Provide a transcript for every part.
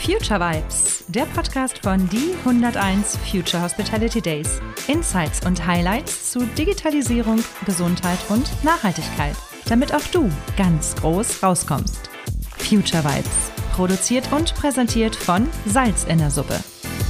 Future Vibes, der Podcast von die 101 Future Hospitality Days. Insights und Highlights zu Digitalisierung, Gesundheit und Nachhaltigkeit, damit auch du ganz groß rauskommst. Future Vibes, produziert und präsentiert von Salz in der Suppe.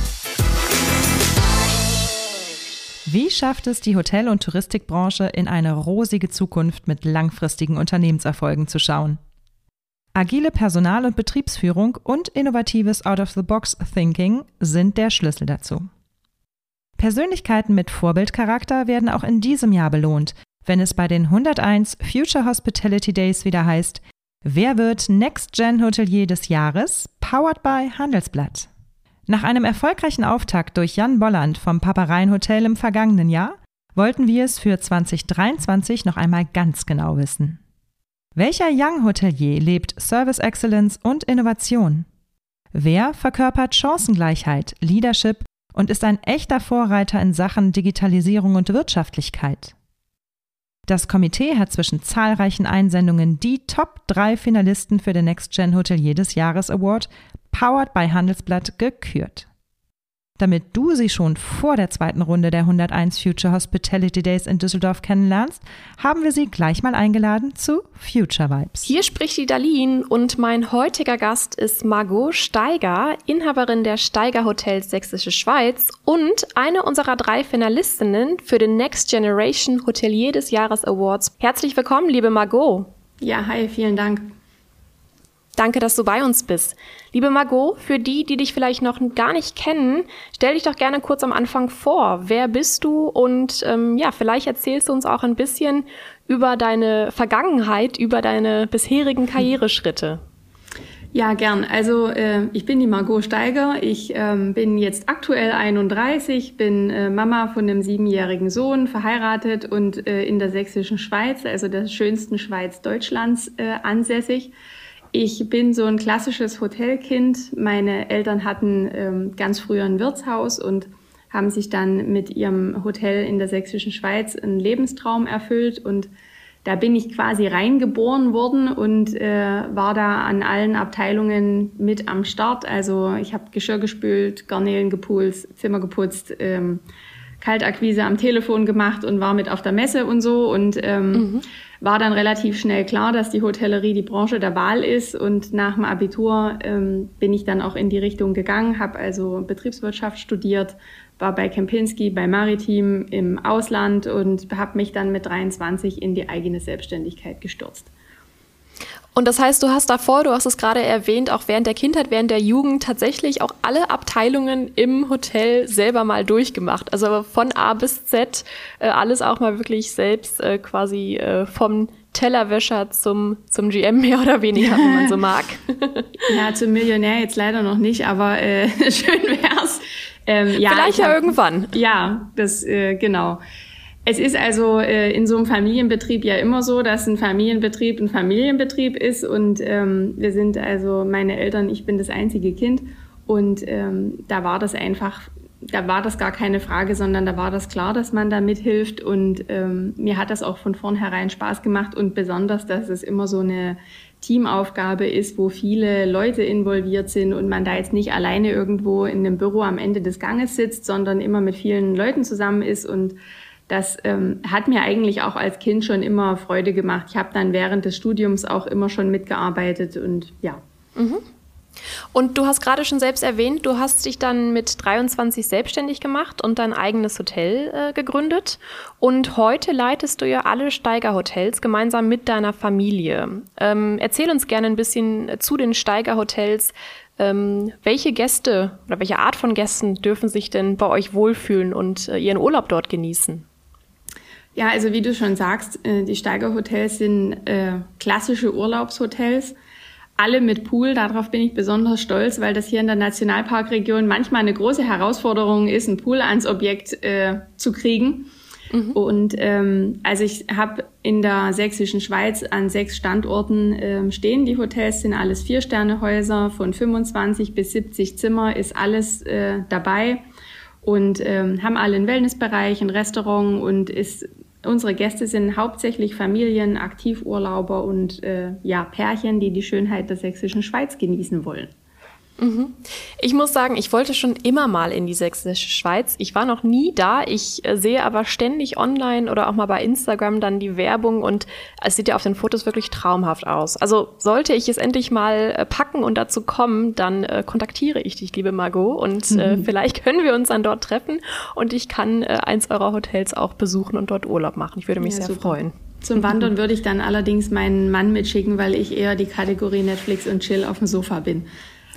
Wie schafft es die Hotel- und Touristikbranche, in eine rosige Zukunft mit langfristigen Unternehmenserfolgen zu schauen? Agile Personal- und Betriebsführung und innovatives Out-of-the-Box-Thinking sind der Schlüssel dazu. Persönlichkeiten mit Vorbildcharakter werden auch in diesem Jahr belohnt, wenn es bei den 101 Future Hospitality Days wieder heißt: Wer wird Next-Gen Hotelier des Jahres? Powered by Handelsblatt. Nach einem erfolgreichen Auftakt durch Jan Bolland vom Papareien Hotel im vergangenen Jahr wollten wir es für 2023 noch einmal ganz genau wissen. Welcher Young Hotelier lebt Service Excellence und Innovation? Wer verkörpert Chancengleichheit, Leadership und ist ein echter Vorreiter in Sachen Digitalisierung und Wirtschaftlichkeit? Das Komitee hat zwischen zahlreichen Einsendungen die Top 3 Finalisten für den Next Gen Hotelier des Jahres Award Powered by Handelsblatt gekürt. Damit du sie schon vor der zweiten Runde der 101 Future Hospitality Days in Düsseldorf kennenlernst, haben wir sie gleich mal eingeladen zu Future Vibes. Hier spricht die Darlene und mein heutiger Gast ist Margot Steiger, Inhaberin der Steiger Hotels Sächsische Schweiz und eine unserer 3 Finalistinnen für den Next Generation Hotelier des Jahres Awards. Herzlich willkommen, liebe Margot. Ja, hi, vielen Dank. Danke, dass du bei uns bist. Liebe Margot, für die dich vielleicht noch gar nicht kennen, stell dich doch gerne kurz am Anfang vor. Wer bist du? Und vielleicht erzählst du uns auch ein bisschen über deine Vergangenheit, über deine bisherigen Karriereschritte. Ja, gern. Also ich bin die Margot Steiger. Ich bin jetzt aktuell 31, bin Mama von einem 7-jährigen Sohn, verheiratet und in der Sächsischen Schweiz, also der schönsten Schweiz Deutschlands, ansässig. Ich bin so ein klassisches Hotelkind. Meine Eltern hatten ganz früher ein Wirtshaus und haben sich dann mit ihrem Hotel in der Sächsischen Schweiz einen Lebenstraum erfüllt. Und da bin ich quasi reingeboren worden und war da an allen Abteilungen mit am Start. Also ich habe Geschirr gespült, Garnelen geputzt, Zimmer geputzt, Kaltakquise am Telefon gemacht und war mit auf der Messe und so und war dann relativ schnell klar, dass die Hotellerie die Branche der Wahl ist und nach dem Abitur bin ich dann auch in die Richtung gegangen, habe also Betriebswirtschaft studiert, war bei Kempinski, bei Maritim im Ausland und habe mich dann mit 23 in die eigene Selbstständigkeit gestürzt. Und das heißt, du hast es gerade erwähnt, auch während der Kindheit, während der Jugend tatsächlich auch alle Abteilungen im Hotel selber mal durchgemacht. Also von A bis Z alles auch mal wirklich selbst quasi vom Tellerwäscher zum GM mehr oder weniger, wenn man so mag. Ja, zum Millionär jetzt leider noch nicht, aber schön wär's. Vielleicht ja irgendwann. Ja, das genau. Es ist also in so einem Familienbetrieb ja immer so, dass ein Familienbetrieb ist und wir sind also meine Eltern, ich bin das einzige Kind und da war das gar keine Frage, sondern da war das klar, dass man da mithilft und mir hat das auch von vornherein Spaß gemacht und besonders, dass es immer so eine Teamaufgabe ist, wo viele Leute involviert sind und man da jetzt nicht alleine irgendwo in einem Büro am Ende des Ganges sitzt, sondern immer mit vielen Leuten zusammen ist und das hat mir eigentlich auch als Kind schon immer Freude gemacht. Ich habe dann während des Studiums auch immer schon mitgearbeitet und ja. Mhm. Und du hast gerade schon selbst erwähnt, du hast dich dann mit 23 selbstständig gemacht und dein eigenes Hotel gegründet. Und heute leitest du ja alle Steiger Hotels gemeinsam mit deiner Familie. Erzähl uns gerne ein bisschen zu den Steiger Hotels. Welche Gäste oder welche Art von Gästen dürfen sich denn bei euch wohlfühlen und ihren Urlaub dort genießen? Ja, also wie du schon sagst, die Steiger Hotels sind klassische Urlaubshotels, alle mit Pool. Darauf bin ich besonders stolz, weil das hier in der Nationalparkregion manchmal eine große Herausforderung ist, einen Pool ans Objekt zu kriegen. Mhm. Und also ich habe in der Sächsischen Schweiz an 6 Standorten stehen. Die Hotels sind alles 4-Sterne-Häuser, von 25 bis 70 Zimmer ist alles dabei und haben alle einen Wellnessbereich, ein Restaurant und unsere Gäste sind hauptsächlich Familien, Aktivurlauber und Pärchen, die die Schönheit der Sächsischen Schweiz genießen wollen. Ich muss sagen, ich wollte schon immer mal in die sächsische Schweiz. Ich war noch nie da. Ich sehe aber ständig online oder auch mal bei Instagram dann die Werbung und es sieht ja auf den Fotos wirklich traumhaft aus. Also sollte ich es endlich mal packen und dazu kommen, dann kontaktiere ich dich, liebe Margot, und vielleicht können wir uns dann dort treffen und ich kann eins eurer Hotels auch besuchen und dort Urlaub machen. Ich würde mich sehr freuen. Zum Wandern würde ich dann allerdings meinen Mann mitschicken, weil ich eher die Kategorie Netflix und Chill auf dem Sofa bin.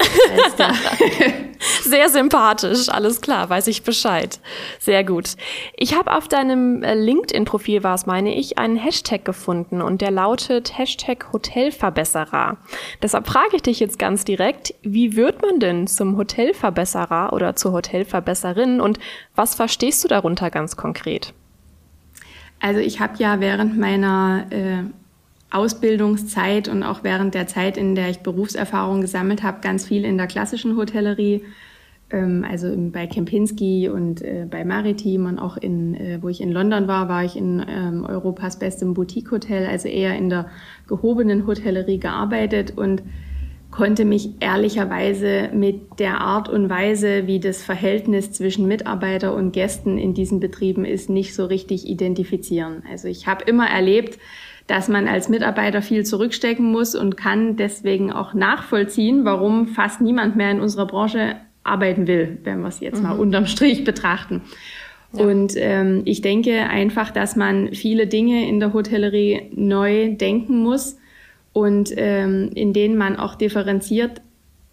Sehr sympathisch, alles klar, weiß ich Bescheid. Sehr gut. Ich habe auf deinem LinkedIn-Profil, meine ich, einen Hashtag gefunden und der lautet #Hotelverbesserer. Deshalb frage ich dich jetzt ganz direkt, wie wird man denn zum Hotelverbesserer oder zur Hotelverbesserin und was verstehst du darunter ganz konkret? Also ich habe ja während meiner Ausbildungszeit und auch während der Zeit, in der ich Berufserfahrung gesammelt habe, ganz viel in der klassischen Hotellerie, also bei Kempinski und bei Maritim und auch wo ich in London war ich in Europas bestem Boutique-Hotel, also eher in der gehobenen Hotellerie gearbeitet und konnte mich ehrlicherweise mit der Art und Weise, wie das Verhältnis zwischen Mitarbeiter und Gästen in diesen Betrieben ist, nicht so richtig identifizieren. Also ich habe immer erlebt, dass man als Mitarbeiter viel zurückstecken muss und kann deswegen auch nachvollziehen, warum fast niemand mehr in unserer Branche arbeiten will, wenn wir es jetzt mal unterm Strich betrachten. Ja. Und ich denke einfach, dass man viele Dinge in der Hotellerie neu denken muss und in denen man auch differenziert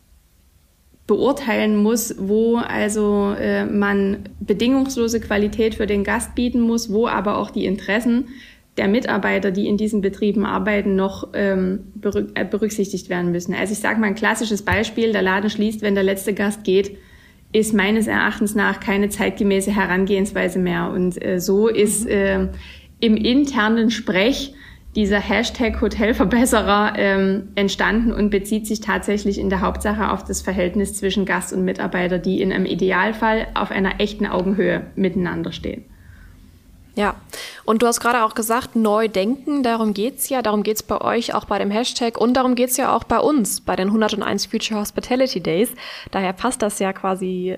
beurteilen muss, wo also man bedingungslose Qualität für den Gast bieten muss, wo aber auch die Interessen der Mitarbeiter, die in diesen Betrieben arbeiten, noch berücksichtigt werden müssen. Also ich sage mal ein klassisches Beispiel, der Laden schließt, wenn der letzte Gast geht, ist meines Erachtens nach keine zeitgemäße Herangehensweise mehr. Und so ist im internen Sprech dieser Hashtag Hotelverbesserer entstanden und bezieht sich tatsächlich in der Hauptsache auf das Verhältnis zwischen Gast und Mitarbeiter, die in einem Idealfall auf einer echten Augenhöhe miteinander stehen. Ja, und du hast gerade auch gesagt, neu denken, darum geht's bei euch auch bei dem Hashtag und darum geht's ja auch bei uns, bei den 101 Future Hospitality Days. Daher passt das ja quasi,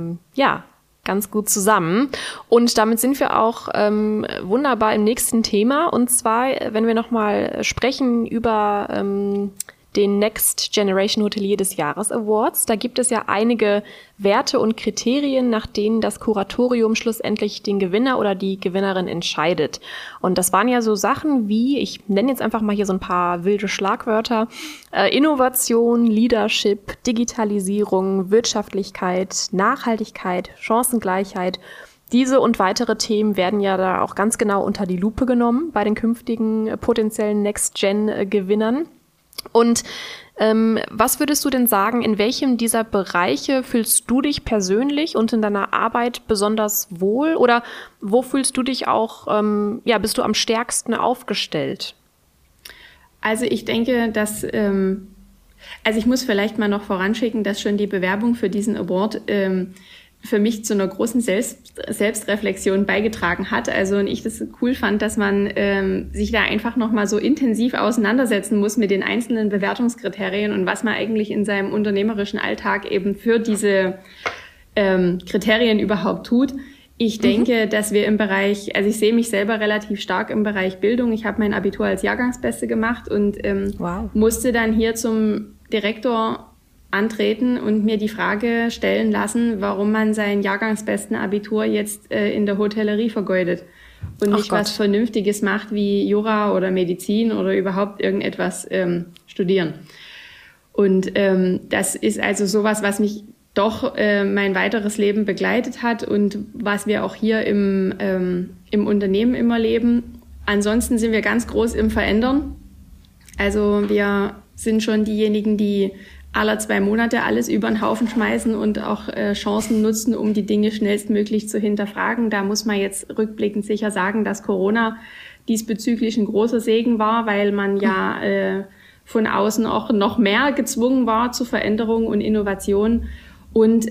ganz gut zusammen. Und damit sind wir auch wunderbar im nächsten Thema. Und zwar, wenn wir nochmal sprechen über den Next Generation Hotelier des Jahres Awards. Da gibt es ja einige Werte und Kriterien, nach denen das Kuratorium schlussendlich den Gewinner oder die Gewinnerin entscheidet. Und das waren ja so Sachen wie, ich nenne jetzt einfach mal hier so ein paar wilde Schlagwörter, Innovation, Leadership, Digitalisierung, Wirtschaftlichkeit, Nachhaltigkeit, Chancengleichheit. Diese und weitere Themen werden ja da auch ganz genau unter die Lupe genommen bei den künftigen potenziellen Next-Gen-Gewinnern. Und was würdest du denn sagen, in welchem dieser Bereiche fühlst du dich persönlich und in deiner Arbeit besonders wohl? Oder wo fühlst du dich auch, bist du am stärksten aufgestellt? Also ich denke, dass, ich muss vielleicht mal noch voranschicken, dass schon die Bewerbung für diesen Award für mich zu einer großen Selbstreflexion beigetragen hat. Also und ich das cool fand, dass man sich da einfach nochmal so intensiv auseinandersetzen muss mit den einzelnen Bewertungskriterien und was man eigentlich in seinem unternehmerischen Alltag eben für diese Kriterien überhaupt tut. Ich denke, dass wir im Bereich, also ich sehe mich selber relativ stark im Bereich Bildung. Ich habe mein Abitur als Jahrgangsbeste gemacht und musste dann hier zum Direktor antreten und mir die Frage stellen lassen, warum man sein Jahrgangsbesten Abitur jetzt in der Hotellerie vergeudet und nicht was Vernünftiges macht wie Jura oder Medizin oder überhaupt irgendetwas studieren. Und das ist also sowas, was mich doch mein weiteres Leben begleitet hat und was wir auch hier im Unternehmen immer leben. Ansonsten sind wir ganz groß im Verändern. Also wir sind schon diejenigen, die alle 2 Monate alles über den Haufen schmeißen und auch Chancen nutzen, um die Dinge schnellstmöglich zu hinterfragen. Da muss man jetzt rückblickend sicher sagen, dass Corona diesbezüglich ein großer Segen war, weil man ja von außen auch noch mehr gezwungen war zu Veränderung und Innovation. Und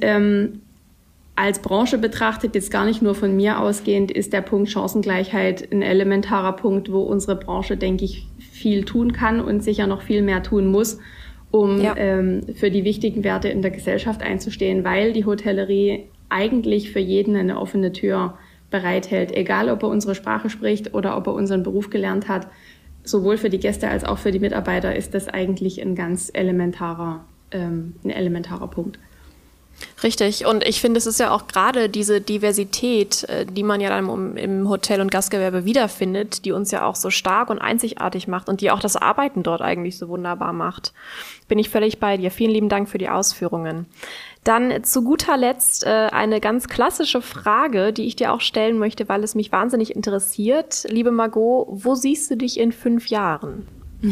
als Branche betrachtet, jetzt gar nicht nur von mir ausgehend, ist der Punkt Chancengleichheit ein elementarer Punkt, wo unsere Branche, denke ich, viel tun kann und sicher noch viel mehr tun muss. um für die wichtigen Werte in der Gesellschaft einzustehen, weil die Hotellerie eigentlich für jeden eine offene Tür bereithält, egal ob er unsere Sprache spricht oder ob er unseren Beruf gelernt hat. Sowohl für die Gäste als auch für die Mitarbeiter ist das eigentlich ein ganz elementarer Punkt. Richtig. Und ich finde, es ist ja auch gerade diese Diversität, die man ja dann im Hotel- und Gastgewerbe wiederfindet, die uns ja auch so stark und einzigartig macht und die auch das Arbeiten dort eigentlich so wunderbar macht. Bin ich völlig bei dir. Vielen lieben Dank für die Ausführungen. Dann zu guter Letzt eine ganz klassische Frage, die ich dir auch stellen möchte, weil es mich wahnsinnig interessiert. Liebe Margot, wo siehst du dich in 5 Jahren?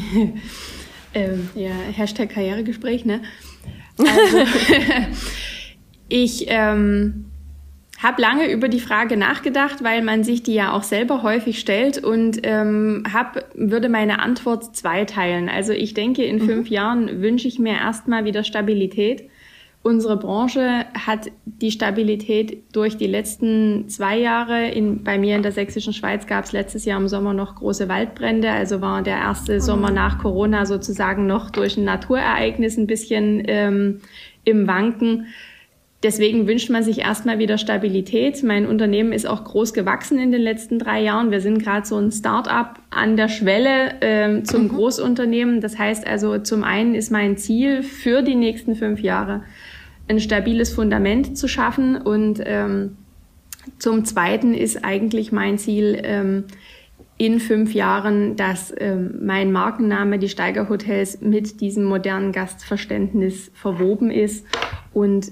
Hashtag Karrieregespräch, ne? Also, ich habe lange über die Frage nachgedacht, weil man sich die ja auch selber häufig stellt und würde meine Antwort zweiteilen. Also ich denke, in 5 Jahren wünsche ich mir erstmal wieder Stabilität. Unsere Branche hat die Stabilität durch die letzten 2 Jahre. Bei mir in der Sächsischen Schweiz gab es letztes Jahr im Sommer noch große Waldbrände. Also war der erste Sommer nach Corona sozusagen noch durch ein Naturereignis ein bisschen im Wanken. Deswegen wünscht man sich erstmal wieder Stabilität. Mein Unternehmen ist auch groß gewachsen in den letzten 3 Jahren. Wir sind gerade so ein Start-up an der Schwelle zum Großunternehmen. Das heißt also, zum einen ist mein Ziel für die nächsten 5 Jahre, ein stabiles Fundament zu schaffen. Und zum Zweiten ist eigentlich mein Ziel, in 5 Jahren, dass mein Markenname, die Steiger Hotels, mit diesem modernen Gastverständnis verwoben ist und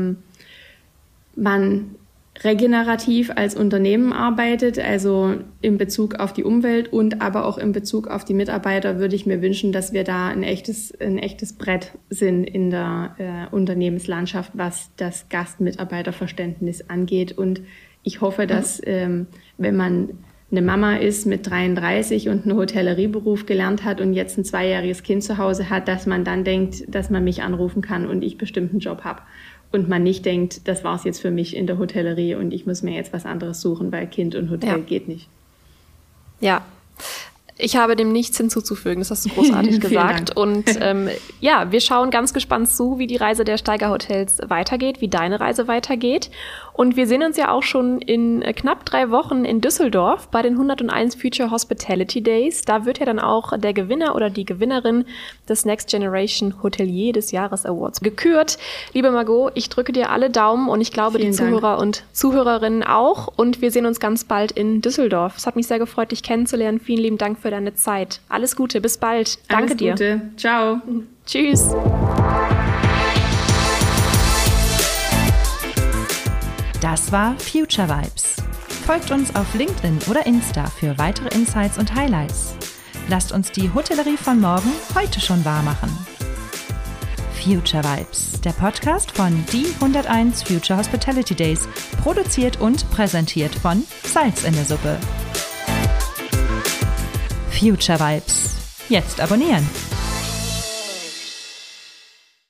man regenerativ als Unternehmen arbeitet, also in Bezug auf die Umwelt und aber auch in Bezug auf die Mitarbeiter würde ich mir wünschen, dass wir da ein echtes Brett sind in der Unternehmenslandschaft, was das Gast-Mitarbeiter-Verständnis angeht. Und ich hoffe, dass wenn man eine Mama ist mit 33 und einen Hotellerieberuf gelernt hat und jetzt ein 2-jähriges Kind zu Hause hat, dass man dann denkt, dass man mich anrufen kann und ich bestimmt einen Job habe. Und man nicht denkt, das war's jetzt für mich in der Hotellerie und ich muss mir jetzt was anderes suchen, weil Kind und Hotel geht nicht. Ja, ich habe dem nichts hinzuzufügen, das hast du großartig gesagt. Und wir schauen ganz gespannt zu, wie die Reise der Steiger Hotels weitergeht, wie deine Reise weitergeht. Und wir sehen uns ja auch schon in knapp 3 Wochen in Düsseldorf bei den 101 Future Hospitality Days. Da wird ja dann auch der Gewinner oder die Gewinnerin des Next Generation Hotelier des Jahres Awards gekürt. Liebe Margot, ich drücke dir alle Daumen und ich glaube, die Zuhörer und Zuhörerinnen auch. Und wir sehen uns ganz bald in Düsseldorf. Es hat mich sehr gefreut, dich kennenzulernen. Vielen lieben Dank für deine Zeit. Alles Gute, bis bald. Danke dir. Alles Gute. Ciao. Tschüss. Das war Future Vibes. Folgt uns auf LinkedIn oder Insta für weitere Insights und Highlights. Lasst uns die Hotellerie von morgen heute schon wahr machen. Future Vibes, der Podcast von die 101 Future Hospitality Days, produziert und präsentiert von Salz in der Suppe. Future Vibes. Jetzt abonnieren.